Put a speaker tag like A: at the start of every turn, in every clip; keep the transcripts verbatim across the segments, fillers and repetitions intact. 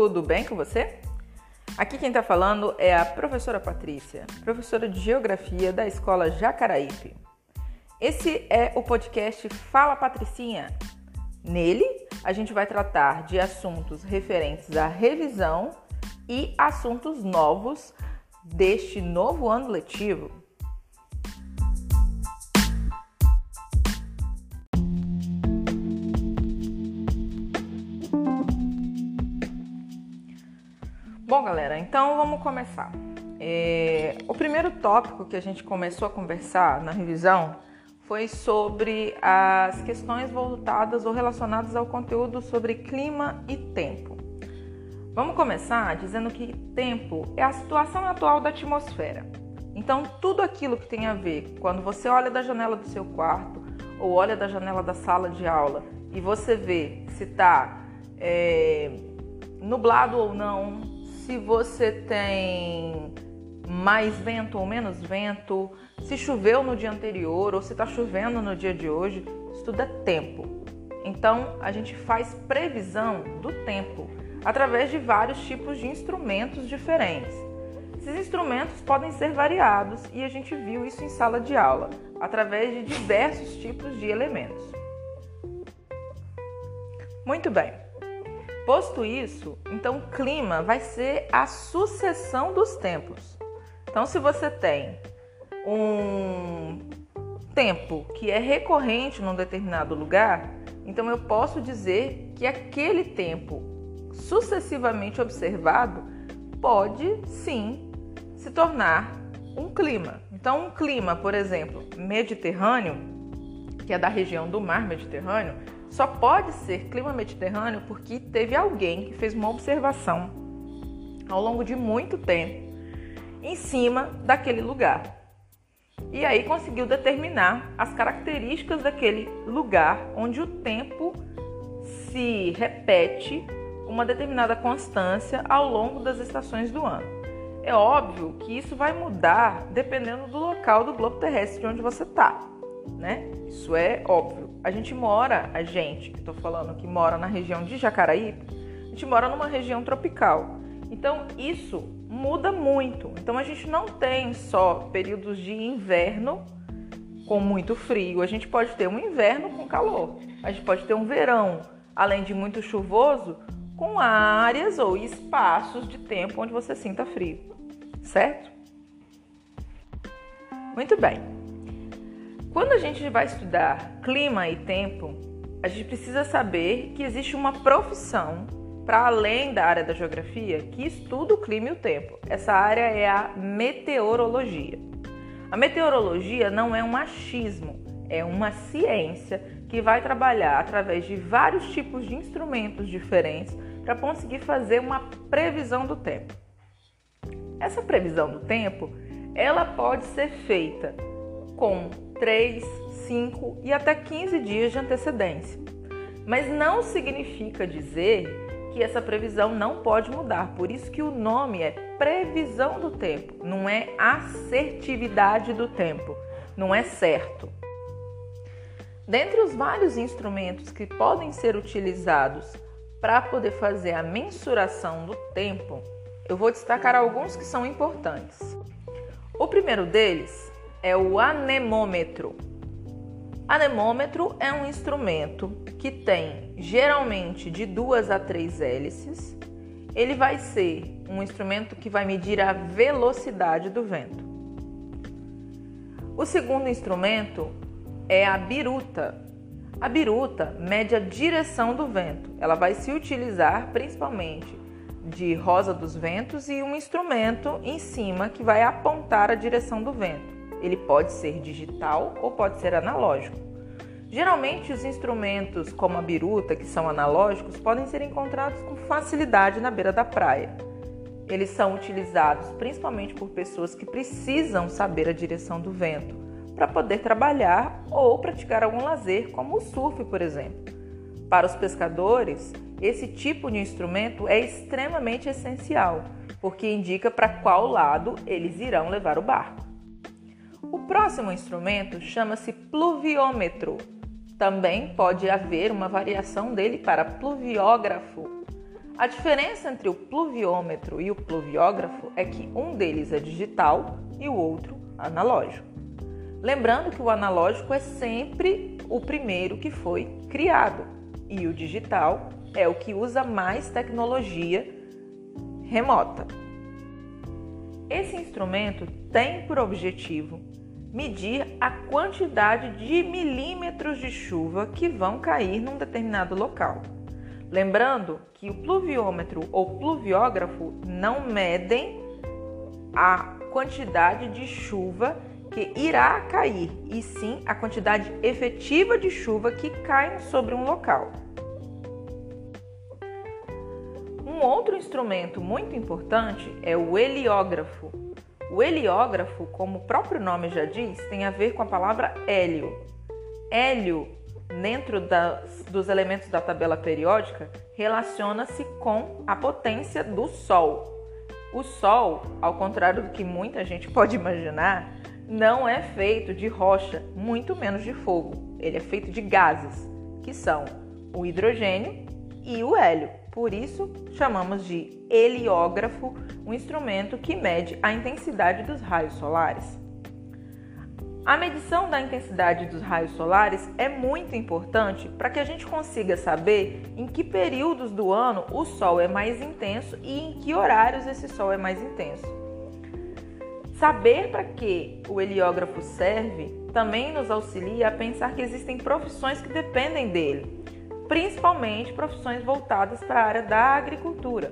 A: Tudo bem com você? Aqui quem está falando é a professora Patrícia, professora de Geografia da Escola Jacaraípe. Esse é o podcast Fala Patricinha. Nele, a gente vai tratar de assuntos referentes à revisão e assuntos novos deste novo ano letivo. Bom, galera, então vamos começar. É, o primeiro tópico que a gente começou a conversar na revisão foi sobre as questões voltadas ou relacionadas ao conteúdo sobre clima e tempo. Vamos começar dizendo que tempo é a situação atual da atmosfera. Então, tudo aquilo que tem a ver quando você olha da janela do seu quarto ou olha da janela da sala de aula e você vê se está é, nublado ou não, se você tem mais vento ou menos vento, se choveu no dia anterior ou se está chovendo no dia de hoje, isso tudo é tempo. Então, a gente faz previsão do tempo através de vários tipos de instrumentos diferentes. Esses instrumentos podem ser variados e a gente viu isso em sala de aula, através de diversos tipos de elementos. Muito bem. Posto isso, então clima vai ser a sucessão dos tempos. Então, se você tem um tempo que é recorrente num determinado lugar, então eu posso dizer que aquele tempo sucessivamente observado pode sim se tornar um clima. Então, um clima, por exemplo, mediterrâneo, que é da região do mar Mediterrâneo, só pode ser clima mediterrâneo porque teve alguém que fez uma observação ao longo de muito tempo em cima daquele lugar. E aí conseguiu determinar as características daquele lugar onde o tempo se repete com uma determinada constância ao longo das estações do ano. É óbvio que isso vai mudar dependendo do local do globo terrestre de onde você está, né? Isso é óbvio. A gente mora, a gente, que estou falando que mora na região de Jacaraípe, a gente mora numa região tropical. Então, isso muda muito. Então, a gente não tem só períodos de inverno com muito frio. A gente pode ter um inverno com calor. A gente pode ter um verão, além de muito chuvoso, com áreas ou espaços de tempo onde você sinta frio. Certo? Muito bem. Quando a gente vai estudar clima e tempo, a gente precisa saber que existe uma profissão para além da área da geografia que estuda o clima e o tempo. Essa área é a meteorologia. A meteorologia não é um achismo, é uma ciência que vai trabalhar através de vários tipos de instrumentos diferentes para conseguir fazer uma previsão do tempo. Essa previsão do tempo, ela pode ser feita com três, cinco e até quinze dias de antecedência. Mas não significa dizer que essa previsão não pode mudar. Por isso que o nome é previsão do tempo, não é assertividade do tempo, não é certo. Dentre os vários instrumentos que podem ser utilizados para poder fazer a mensuração do tempo, eu vou destacar alguns que são importantes. O primeiro deles é o anemômetro. Anemômetro é um instrumento que tem geralmente de duas a três hélices. Ele vai ser um instrumento que vai medir a velocidade do vento. O segundo instrumento é a biruta. A biruta mede a direção do vento. Ela vai se utilizar principalmente de rosa dos ventos e um instrumento em cima que vai apontar a direção do vento. Ele pode ser digital ou pode ser analógico. Geralmente, os instrumentos como a biruta, que são analógicos, podem ser encontrados com facilidade na beira da praia. Eles são utilizados principalmente por pessoas que precisam saber a direção do vento para poder trabalhar ou praticar algum lazer, como o surf, por exemplo. Para os pescadores, esse tipo de instrumento é extremamente essencial, porque indica para qual lado eles irão levar o barco. O próximo instrumento chama-se pluviômetro. Também pode haver uma variação dele para pluviógrafo. A diferença entre o pluviômetro e o pluviógrafo é que um deles é digital e o outro analógico. Lembrando que o analógico é sempre o primeiro que foi criado e o digital é o que usa mais tecnologia remota. Esse instrumento tem por objetivo medir a quantidade de milímetros de chuva que vão cair num determinado local. Lembrando que o pluviômetro ou pluviógrafo não medem a quantidade de chuva que irá cair, e sim a quantidade efetiva de chuva que cai sobre um local. Um outro instrumento muito importante é o heliógrafo. O heliógrafo, como o próprio nome já diz, tem a ver com a palavra hélio. Hélio, dentro das, dos elementos da tabela periódica, relaciona-se com a potência do Sol. O Sol, ao contrário do que muita gente pode imaginar, não é feito de rocha, muito menos de fogo. Ele é feito de gases, que são o hidrogênio e o hélio. Por isso, chamamos de heliógrafo, um instrumento que mede a intensidade dos raios solares. A medição da intensidade dos raios solares é muito importante para que a gente consiga saber em que períodos do ano o Sol é mais intenso e em que horários esse Sol é mais intenso. Saber para que o heliógrafo serve também nos auxilia a pensar que existem profissões que dependem dele, principalmente profissões voltadas para a área da agricultura.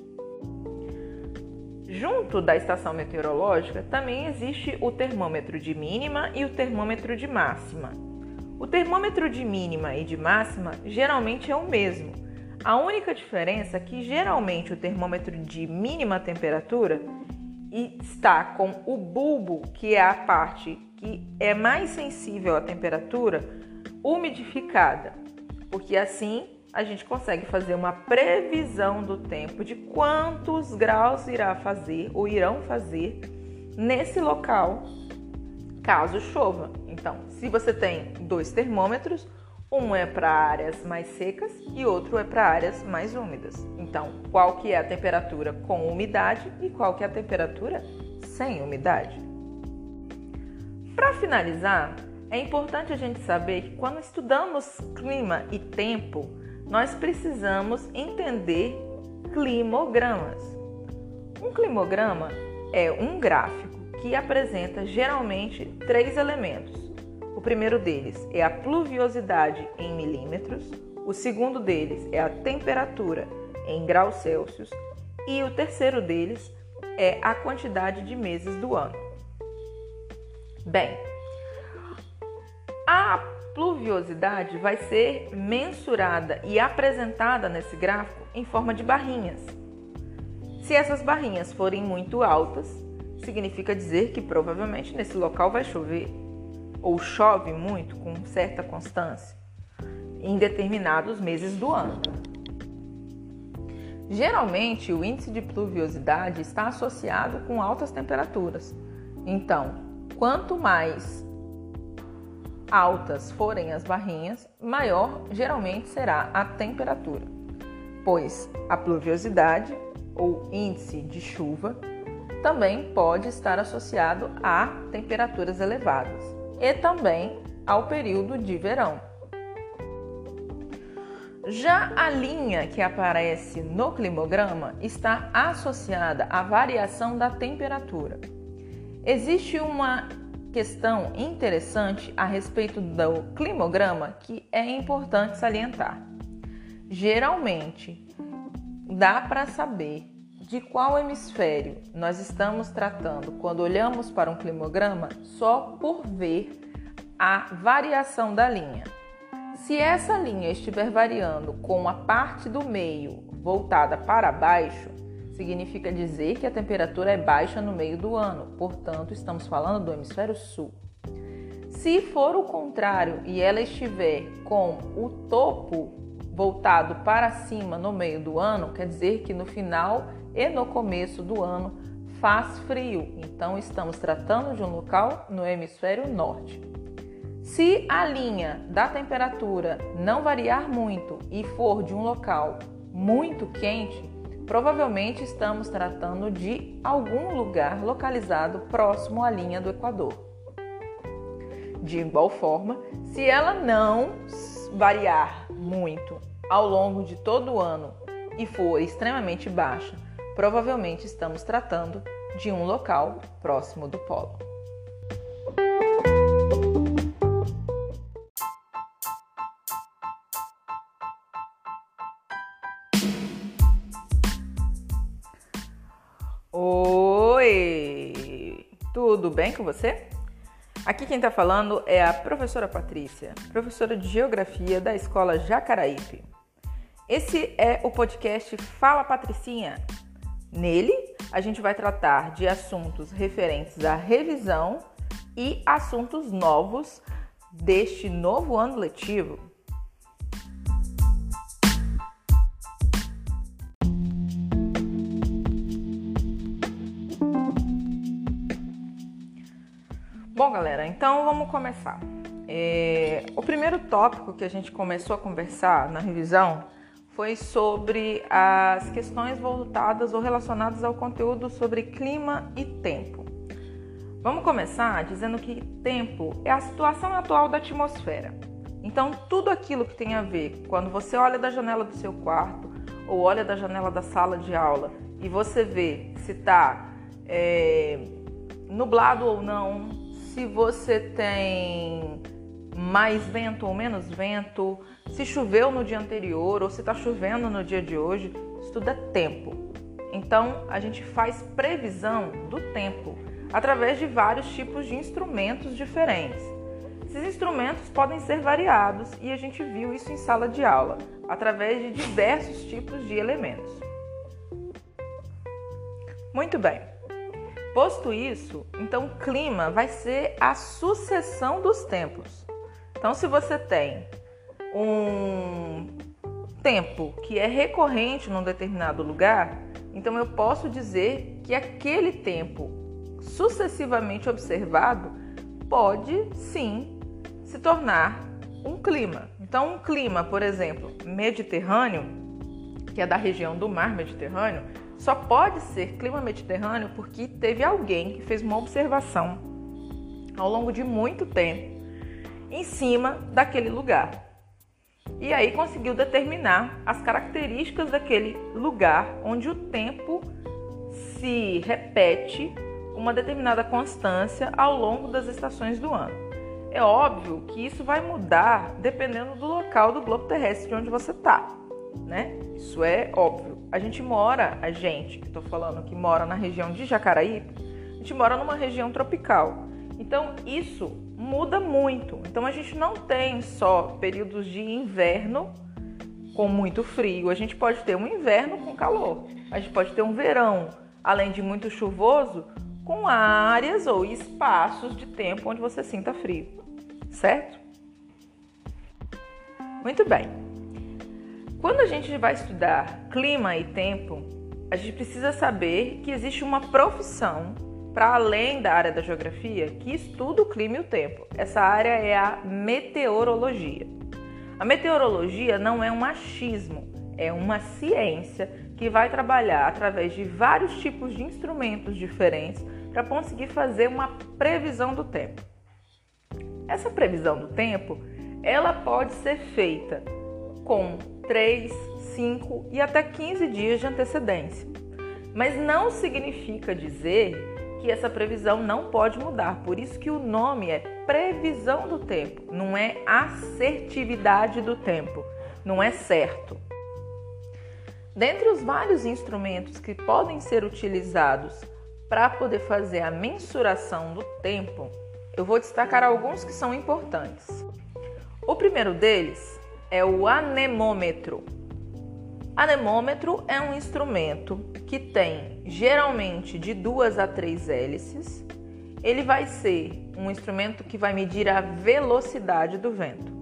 A: Junto da estação meteorológica também existe o termômetro de mínima e o termômetro de máxima. O termômetro de mínima e de máxima geralmente é o mesmo. A única diferença é que geralmente o termômetro de mínima temperatura está com o bulbo, que é a parte que é mais sensível à temperatura, umidificada, porque assim a gente consegue fazer uma previsão do tempo de quantos graus irá fazer ou irão fazer nesse local caso chova. Então, se você tem dois termômetros, um é para áreas mais secas e outro é para áreas mais úmidas. Então, qual que é a temperatura com umidade e qual que é a temperatura sem umidade? Para finalizar, é importante a gente saber que quando estudamos clima e tempo, nós precisamos entender climogramas. Um climograma é um gráfico que apresenta geralmente três elementos. O primeiro deles é a pluviosidade em milímetros, o segundo deles é a temperatura em graus Celsius e o terceiro deles é a quantidade de meses do ano. Bem, a pluviosidade vai ser mensurada e apresentada nesse gráfico em forma de barrinhas. Se essas barrinhas forem muito altas, significa dizer que provavelmente nesse local vai chover, ou chove muito com certa constância, em determinados meses do ano. Geralmente, o índice de pluviosidade está associado com altas temperaturas. Então, quanto mais altas forem as barrinhas, maior geralmente será a temperatura, pois a pluviosidade, ou índice de chuva, também pode estar associado a temperaturas elevadas e também ao período de verão. Já a linha que aparece no climograma está associada à variação da temperatura. Existe uma questão interessante a respeito do climograma que é importante salientar. Geralmente, dá para saber de qual hemisfério nós estamos tratando quando olhamos para um climograma só por ver a variação da linha. Se essa linha estiver variando com a parte do meio voltada para baixo, significa dizer que a temperatura é baixa no meio do ano, portanto, estamos falando do hemisfério sul. Se for o contrário e ela estiver com o topo voltado para cima no meio do ano, quer dizer que no final e no começo do ano faz frio, então estamos tratando de um local no hemisfério norte. Se a linha da temperatura não variar muito e for de um local muito quente, provavelmente estamos tratando de algum lugar localizado próximo à linha do Equador. De igual forma, se ela não variar muito ao longo de todo o ano e for extremamente baixa, provavelmente estamos tratando de um local próximo do polo. Oi! Tudo bem com você? Aqui quem está falando é a professora Patrícia, professora de Geografia da Escola Jacaraípe. Esse é o podcast Fala Patricinha. Nele, a gente vai tratar de assuntos referentes à revisão e assuntos novos deste novo ano letivo. Bom, galera, então vamos começar. É, o primeiro tópico que a gente começou a conversar na revisão foi sobre as questões voltadas ou relacionadas ao conteúdo sobre clima e tempo. Vamos começar dizendo que tempo é a situação atual da atmosfera. Então, tudo aquilo que tem a ver quando você olha da janela do seu quarto ou olha da janela da sala de aula e você vê se está é, nublado ou não, se você tem mais vento ou menos vento, se choveu no dia anterior ou se está chovendo no dia de hoje, isso tudo é tempo. Então, a gente faz previsão do tempo através de vários tipos de instrumentos diferentes. Esses instrumentos podem ser variados e a gente viu isso em sala de aula, através de diversos tipos de elementos. Muito bem. Posto isso, então clima vai ser a sucessão dos tempos. Então, se você tem um tempo que é recorrente num determinado lugar, então eu posso dizer que aquele tempo sucessivamente observado pode sim se tornar um clima. Então, um clima, por exemplo, mediterrâneo, que é da região do mar Mediterrâneo, só pode ser clima mediterrâneo porque teve alguém que fez uma observação ao longo de muito tempo em cima daquele lugar. E aí conseguiu determinar as características daquele lugar onde o tempo se repete com uma determinada constância ao longo das estações do ano. É óbvio que isso vai mudar dependendo do local do globo terrestre onde você está, né? Isso é óbvio. A gente mora, a gente, que estou falando que mora na região de Jacaraípe, a gente mora numa região tropical. Então, isso muda muito. Então, a gente não tem só períodos de inverno com muito frio. A gente pode ter um inverno com calor. A gente pode ter um verão, além de muito chuvoso, com áreas ou espaços de tempo onde você sinta frio. Certo? Muito bem. Quando a gente vai estudar clima e tempo, a gente precisa saber que existe uma profissão para além da área da geografia que estuda o clima e o tempo. Essa área é a meteorologia. A meteorologia não é um achismo, é uma ciência que vai trabalhar através de vários tipos de instrumentos diferentes para conseguir fazer uma previsão do tempo. Essa previsão do tempo, ela pode ser feita com três, cinco e até quinze dias de antecedência. Mas não significa dizer que essa previsão não pode mudar. Por isso que o nome é previsão do tempo, não é assertividade do tempo, não é certo. Dentre os vários instrumentos que podem ser utilizados para poder fazer a mensuração do tempo, eu vou destacar alguns que são importantes. O primeiro deles é o anemômetro. Anemômetro é um instrumento que tem geralmente de duas a três hélices. Ele vai ser um instrumento que vai medir a velocidade do vento.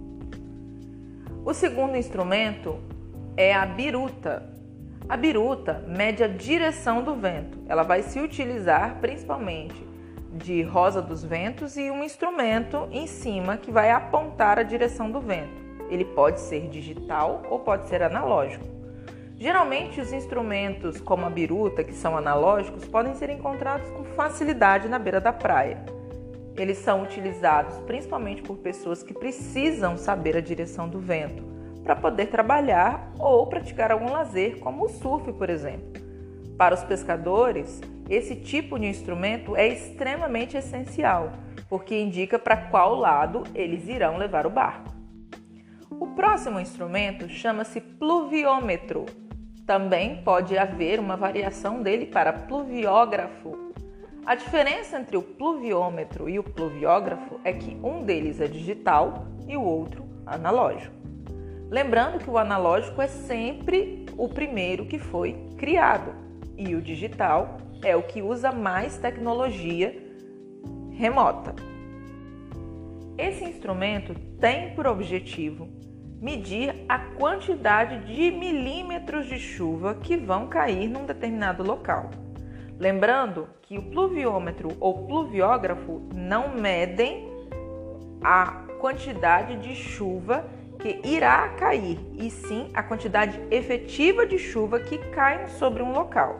A: O segundo instrumento é a biruta. A biruta mede a direção do vento. Ela vai se utilizar principalmente de rosa dos ventos e um instrumento em cima que vai apontar a direção do vento. Ele pode ser digital ou pode ser analógico. Geralmente, os instrumentos como a biruta, que são analógicos, podem ser encontrados com facilidade na beira da praia. Eles são utilizados principalmente por pessoas que precisam saber a direção do vento para poder trabalhar ou praticar algum lazer, como o surf, por exemplo. Para os pescadores, esse tipo de instrumento é extremamente essencial, porque indica para qual lado eles irão levar o barco. O próximo instrumento chama-se pluviômetro. Também pode haver uma variação dele para pluviógrafo. A diferença entre o pluviômetro e o pluviógrafo é que um deles é digital e o outro analógico. Lembrando que o analógico é sempre o primeiro que foi criado e o digital é o que usa mais tecnologia remota. Esse instrumento tem por objetivo medir a quantidade de milímetros de chuva que vão cair num determinado local. Lembrando que o pluviômetro ou pluviógrafo não medem a quantidade de chuva que irá cair, e sim a quantidade efetiva de chuva que cai sobre um local.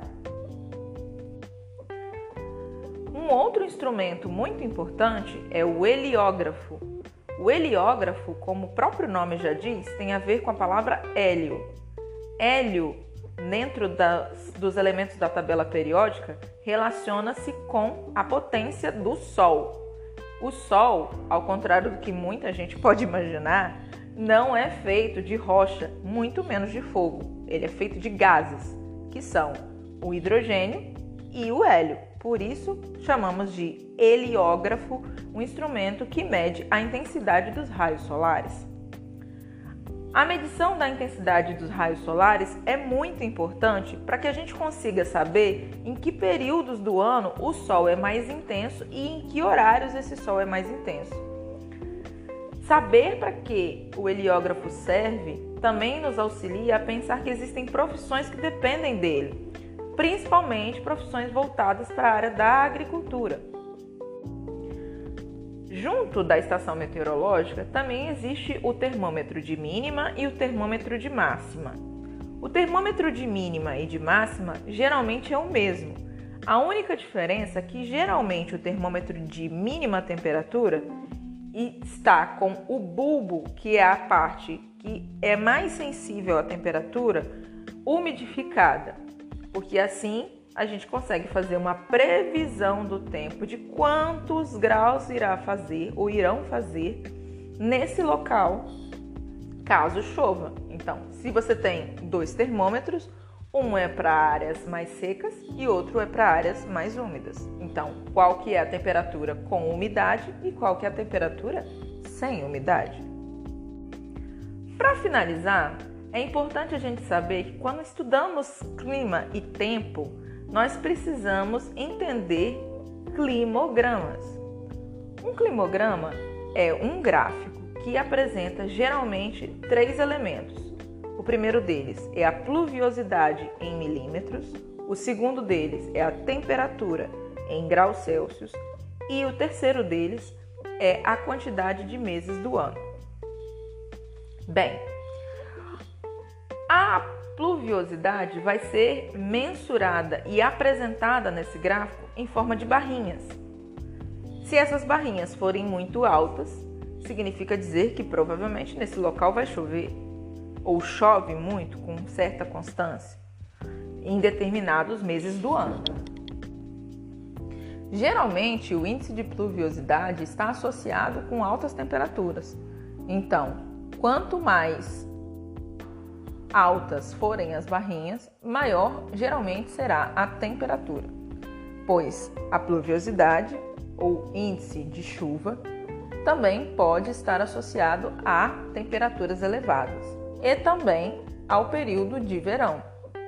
A: Um outro instrumento muito importante é o heliógrafo. O heliógrafo, como o próprio nome já diz, tem a ver com a palavra hélio. Hélio, dentro das, dos elementos da tabela periódica, relaciona-se com a potência do Sol. O Sol, ao contrário do que muita gente pode imaginar, não é feito de rocha, muito menos de fogo. Ele é feito de gases, que são o hidrogênio e o hélio. Por isso, chamamos de heliógrafo, um instrumento que mede a intensidade dos raios solares. A medição da intensidade dos raios solares é muito importante para que a gente consiga saber em que períodos do ano o Sol é mais intenso e em que horários esse Sol é mais intenso. Saber para que o heliógrafo serve também nos auxilia a pensar que existem profissões que dependem dele, principalmente profissões voltadas para a área da agricultura. Junto da estação meteorológica, também existe o termômetro de mínima e o termômetro de máxima. O termômetro de mínima e de máxima geralmente é o mesmo. A única diferença é que geralmente o termômetro de mínima temperatura está com o bulbo, que é a parte que é mais sensível à temperatura, umidificada, porque assim a gente consegue fazer uma previsão do tempo de quantos graus irá fazer ou irão fazer nesse local caso chova. Então, se você tem dois termômetros, um é para áreas mais secas e outro é para áreas mais úmidas. Então, qual que é a temperatura com umidade e qual que é a temperatura sem umidade? Para finalizar, é importante a gente saber que quando estudamos clima e tempo, nós precisamos entender climogramas. Um climograma é um gráfico que apresenta geralmente três elementos. O primeiro deles é a pluviosidade em milímetros, o segundo deles é a temperatura em graus Celsius e o terceiro deles é a quantidade de meses do ano. Bem, a pluviosidade vai ser mensurada e apresentada nesse gráfico em forma de barrinhas. Se essas barrinhas forem muito altas, significa dizer que provavelmente nesse local vai chover ou chove muito com certa constância em determinados meses do ano. Geralmente, o índice de pluviosidade está associado com altas temperaturas. Então, quanto mais altas forem as barrinhas, maior geralmente será a temperatura, pois a pluviosidade ou índice de chuva também pode estar associado a temperaturas elevadas e também ao período de verão.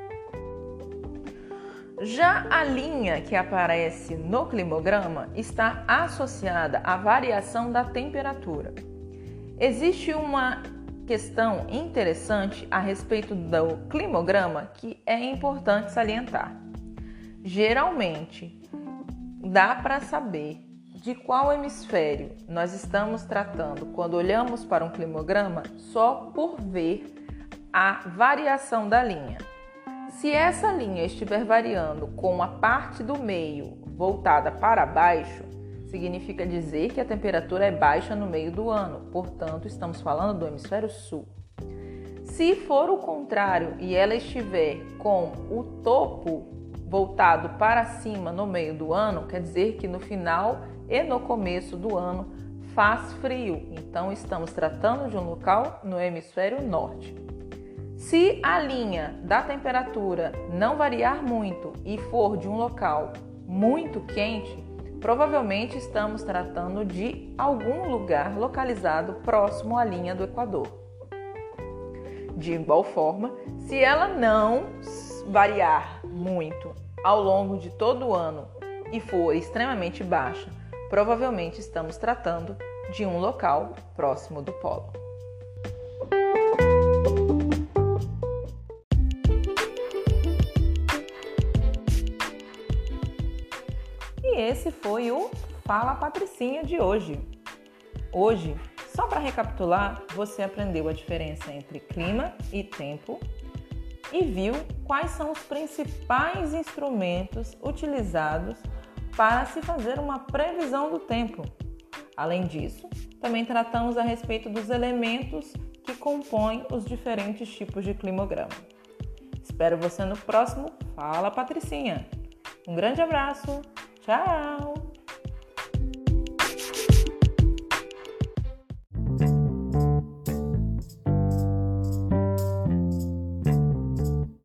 A: Já a linha que aparece no climograma está associada à variação da temperatura. Existe uma questão interessante a respeito do climograma que é importante salientar. Geralmente, dá para saber de qual hemisfério nós estamos tratando quando olhamos para um climograma só por ver a variação da linha. Se essa linha estiver variando com a parte do meio voltada para baixo, significa dizer que a temperatura é baixa no meio do ano, portanto, estamos falando do hemisfério sul. Se for o contrário e ela estiver com o topo voltado para cima no meio do ano, quer dizer que no final e no começo do ano faz frio, então estamos tratando de um local no hemisfério norte. Se a linha da temperatura não variar muito e for de um local muito quente, provavelmente estamos tratando de algum lugar localizado próximo à linha do Equador. De igual forma, se ela não variar muito ao longo de todo o ano e for extremamente baixa, provavelmente estamos tratando de um local próximo do polo. E esse foi o Fala Patricinha de hoje. Hoje, só para recapitular, você aprendeu a diferença entre clima e tempo e viu quais são os principais instrumentos utilizados para se fazer uma previsão do tempo. Além disso, também tratamos a respeito dos elementos que compõem os diferentes tipos de climograma. Espero você no próximo Fala Patricinha. Um grande abraço, tchau!